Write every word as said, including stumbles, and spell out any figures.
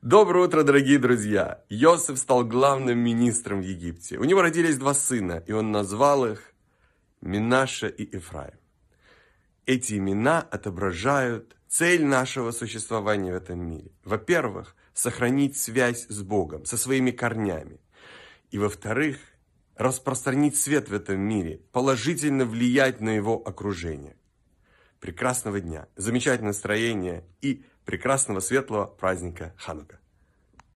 Доброе утро, дорогие друзья! Иосиф стал главным министром в Египте. У него родились два сына, и он назвал их Менаше и Ефраим. Эти имена отображают цель нашего существования в этом мире. Во-первых, сохранить связь с Богом, со своими корнями. И во-вторых, распространить свет в этом мире, положительно влиять на его окружение. Прекрасного дня, замечательного настроения и прекрасного светлого праздника Ханука.